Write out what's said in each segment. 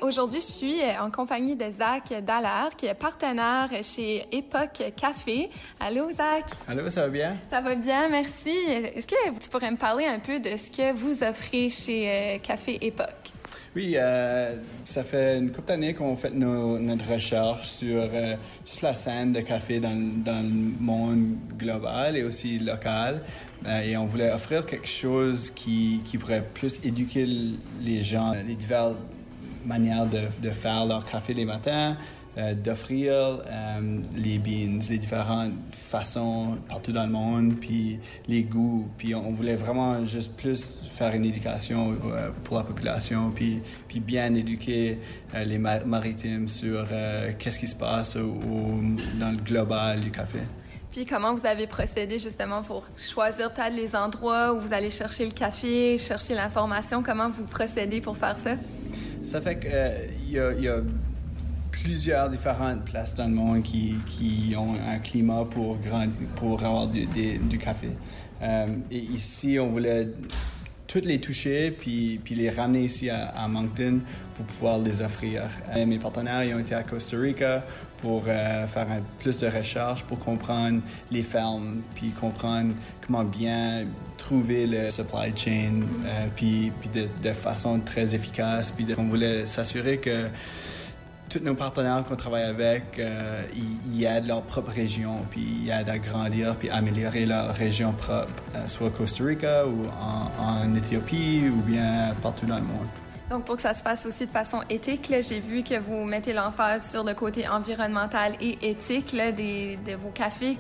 Aujourd'hui, je suis en compagnie de Zach Dallaire, qui est partenaire chez Époque Café. Allô, Zach? Allô, ça va bien? Ça va bien, merci. Est-ce que tu pourrais me parler un peu de ce que vous offrez chez Café Époque? Oui, ça fait une couple d'années qu'on fait notre recherche sur juste la scène de café dans le monde global et aussi local. Et on voulait offrir quelque chose qui pourrait plus éduquer les gens, les diverses manières de faire leur café les matins, d'offrir les beans, les différentes façons partout dans le monde, puis les goûts. Puis on voulait vraiment juste plus faire une éducation pour la population, puis bien éduquer les maritimes sur qu'est-ce qui se passe dans le global du café. Puis comment vous avez procédé justement pour choisir peut-être les endroits où vous allez chercher le café, chercher l'information? Comment vous procédez pour faire ça? Ça fait qu'il y a plusieurs différentes places dans le monde qui ont un climat pour avoir du café. Et ici, on voulait toutes les toucher puis les ramener ici à Moncton pour pouvoir les offrir. Mes partenaires ils ont été à Costa Rica pour faire plus de recherche pour comprendre les fermes puis comprendre comment bien trouver le supply chain puis de façon très efficace. Puis on voulait s'assurer que tous nos partenaires qu'on travaille avec, ils aident leur propre région, puis ils aident à grandir, puis améliorer leur région propre, soit Costa Rica ou en Éthiopie ou bien partout dans le monde. Donc, pour que ça se fasse aussi de façon éthique, là, j'ai vu que vous mettez l'emphase sur le côté environnemental et éthique là, de vos cafés.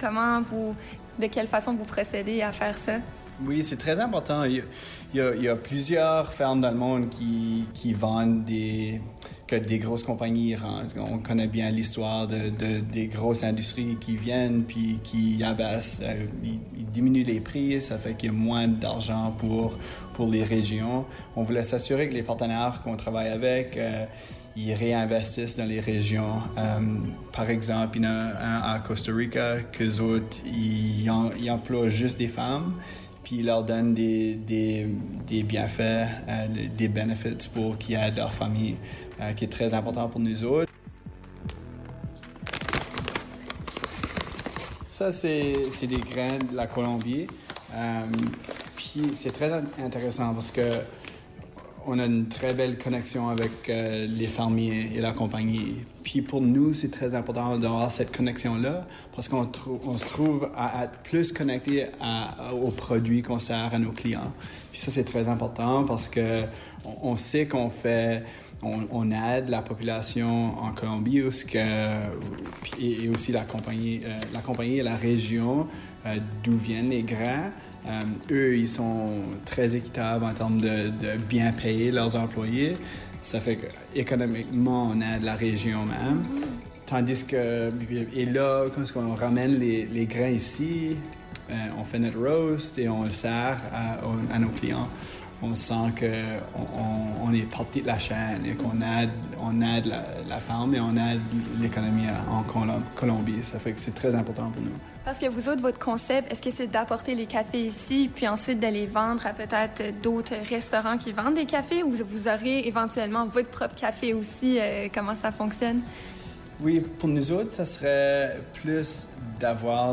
De quelle façon vous procédez à faire ça? Oui, c'est très important. Il y a plusieurs fermes dans le monde qui vendent que des grosses compagnies rentrent. On connaît bien l'histoire des grosses industries qui viennent puis qui abaissent. Ils diminuent les prix, ça fait qu'il y a moins d'argent pour les régions. On voulait s'assurer que les partenaires qu'on travaille avec, ils réinvestissent dans les régions. Par exemple, il y en a un à Costa Rica, qu'eux autres, ils emploient juste des femmes. Puis ils leur donnent des bienfaits, des benefits pour qu'ils aident leur famille, qui est très important pour nous autres. Ça, c'est des grains de la Colombie. Puis c'est très intéressant parce que on a une très belle connexion avec les fermiers et la compagnie. Puis pour nous, c'est très important d'avoir cette connexion-là parce qu'on se trouve à être plus connecté aux produits qu'on sert à nos clients. Puis ça, c'est très important parce que on sait qu'on on aide la population en Colombie et aussi la compagnie et la région d'où viennent les grains. Eux, ils sont très équitables en termes de bien payer leurs employés. Ça fait qu'économiquement, on aide la région même. Tandis que, et là, quand on ramène les grains ici, on fait notre roast et on le sert à nos clients. On sent qu'on est partie de la chaîne et qu'on aide la ferme et on aide l'économie en Colombie. Ça fait que c'est très important pour nous. Parce que vous autres, votre concept, est-ce que c'est d'apporter les cafés ici puis ensuite de les vendre à peut-être d'autres restaurants qui vendent des cafés ou vous aurez éventuellement votre propre café aussi? Comment ça fonctionne? Oui, pour nous autres, ça serait plus d'avoir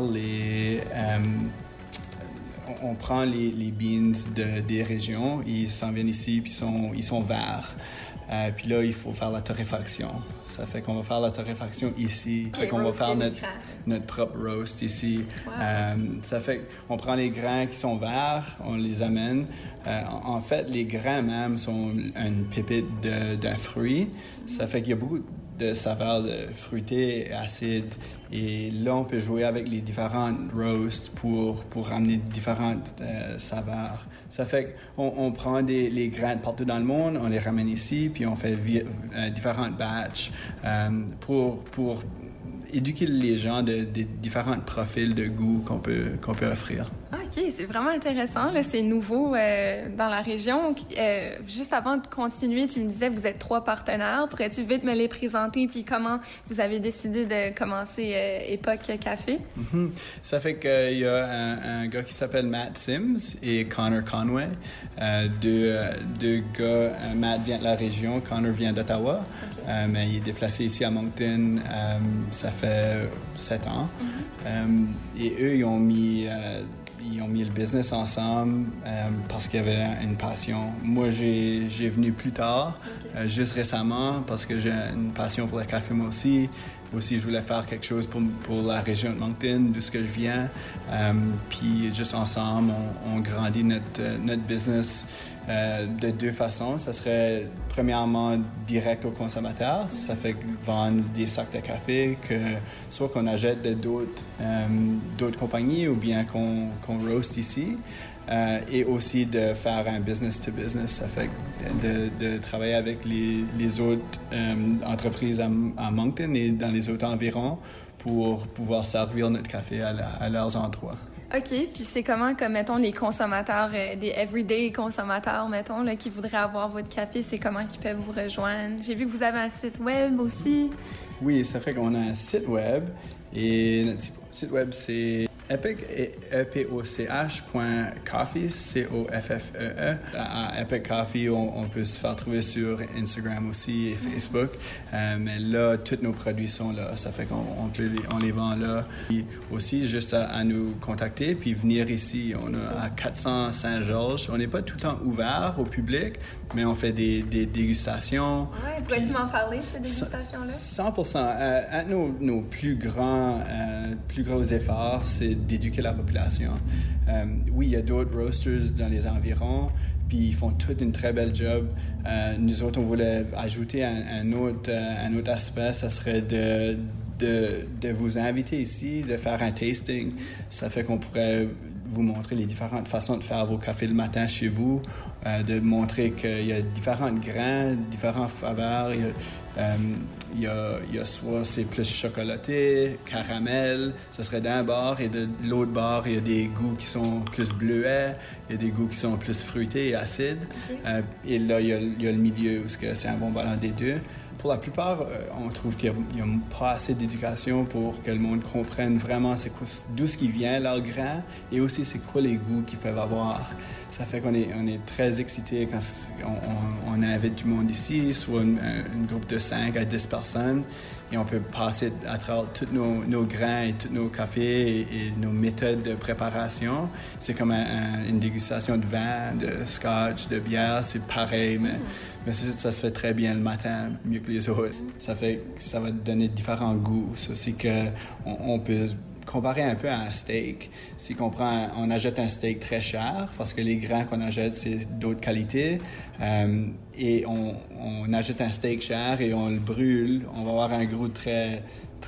on prend les beans des régions, ils s'en viennent ici, puis ils sont verts. Puis là, il faut faire la torréfaction. Ça fait qu'on va faire la torréfaction ici. Ça fait qu'on va faire notre propre roast ici. Wow. Ça fait qu'on prend les grains qui sont verts, on les amène. En fait, les grains même sont une pépite d'un fruit. Ça fait qu'il y a beaucoup de saveurs fruitées et acides. Et là, on peut jouer avec les différentes roasts pour ramener différentes saveurs. Ça fait qu'on prend les grains partout dans le monde, on les ramène ici, puis on fait différentes batchs pour éduquer les gens de différents profils de goût qu'on peut offrir. OK, c'est vraiment intéressant. Là, c'est nouveau dans la région. Juste avant de continuer, tu me disais que vous êtes 3 partenaires. Pourrais-tu vite me les présenter puis comment vous avez décidé de commencer Époque Café? Mm-hmm. Ça fait qu'il y a un gars qui s'appelle Matt Sims et Connor Conway. Deux gars. Matt vient de la région, Connor vient d'Ottawa. Okay. Mais il est déplacé ici à Moncton. Ça fait 7 ans. Mm-hmm. Et eux, ils ont mis le business ensemble parce qu'il y avait une passion. Moi, j'ai venu plus tard, okay. Juste récemment, parce que j'ai une passion pour le café moi aussi. Aussi, je voulais faire quelque chose pour la région de Moncton, d'où ce que je viens. Puis juste ensemble, on grandit notre business de 2 façons. Ça serait premièrement direct aux consommateurs. Ça fait vendre des sacs de café, soit qu'on achète de d'autres compagnies ou bien qu'on roast ici. Et aussi de faire un business-to-business. Ça fait de travailler avec les autres entreprises à Moncton et dans les autres environs pour pouvoir servir notre café à leurs endroits. OK. Puis c'est comment, comme, mettons, les consommateurs, des everyday consommateurs, mettons, là, qui voudraient avoir votre café, c'est comment qu'ils peuvent vous rejoindre? J'ai vu que vous avez un site web aussi. Oui, ça fait qu'on a un site web et notre site web, c'est Epic, epoch.coffee, Coffee. À Epic Coffee, on peut se faire trouver sur Instagram aussi et Facebook. Mais là, tous nos produits sont là. Ça fait on les vend là. Et aussi, juste à nous contacter puis venir ici. On est à 400 Saint-Georges. On n'est pas tout le temps ouvert au public, mais on fait des dégustations. Oui, pourrais-tu m'en parler de ces dégustations-là? 100%. Un de nos plus gros efforts, c'est d'éduquer la population. Oui, il y a d'autres roasters dans les environs, puis ils font toute une très belle job. Nous autres, on voulait ajouter un autre aspect, ça serait de vous inviter ici, de faire un tasting. Ça fait qu'on pourrait vous montrer les différentes façons de faire vos cafés le matin chez vous, de montrer qu'il y a différents grains, différentes saveurs. Il y a soit c'est plus chocolaté, caramel, ça serait d'un bord, et de l'autre bord, il y a des goûts qui sont plus bleuets, il y a des goûts qui sont plus fruités et acides. Okay. Et là, il y a le milieu où c'est un bon ballon des deux. Pour la plupart, on trouve qu'il n'y a pas assez d'éducation pour que le monde comprenne vraiment d'où ce qui vient, leur grain, et aussi c'est quoi les goûts qu'ils peuvent avoir. Ça fait qu'on est très excités quand on invite du monde ici, soit une groupe de 5 à 10 personnes, et on peut passer à travers tous nos grains et tous nos cafés et nos méthodes de préparation. C'est comme une dégustation de vin, de scotch, de bière, c'est pareil, mais ça se fait très bien le matin, mieux que les autres. Ça va donner différents goûts. C'est aussi qu'on peut comparer un peu à un steak. Si on achète un steak très cher, parce que les grains qu'on achète, c'est d'autres qualités, et on achète un steak cher et on le brûle, on va avoir un goût très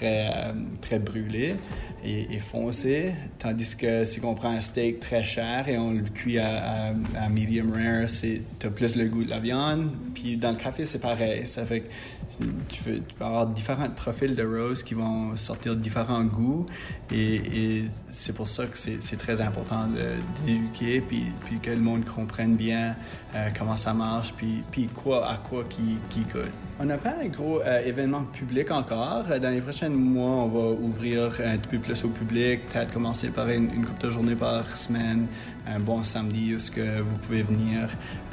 brûlé et foncé, tandis que si on prend un steak très cher et on le cuit à medium rare, t'as plus le goût de la viande. Puis dans le café, c'est pareil. Ça fait que tu peux avoir différents profils de roast qui vont sortir de différents goûts, et c'est pour ça que c'est très important d'éduquer puis que le monde comprenne bien comment ça marche puis à quoi qui coûte. On n'a pas un gros événement public encore. Dans les prochains mois, on va ouvrir un petit peu plus au public, peut-être commencer par une couple de journées par semaine, un bon samedi où vous pouvez venir.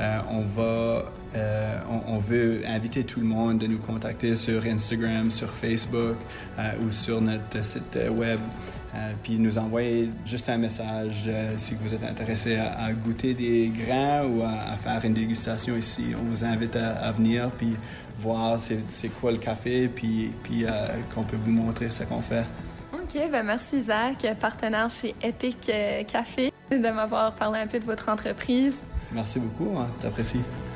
On veut inviter tout le monde de nous contacter sur Instagram, sur Facebook ou sur notre site web. Puis nous envoyer juste un message si vous êtes intéressé à goûter des grains ou à faire une dégustation ici. On vous invite à venir puis voir c'est quoi le café, puis qu'on peut vous montrer ce qu'on fait. OK, merci Zach, partenaire chez Epic Café, de m'avoir parlé un peu de votre entreprise. Merci beaucoup, t'apprécies.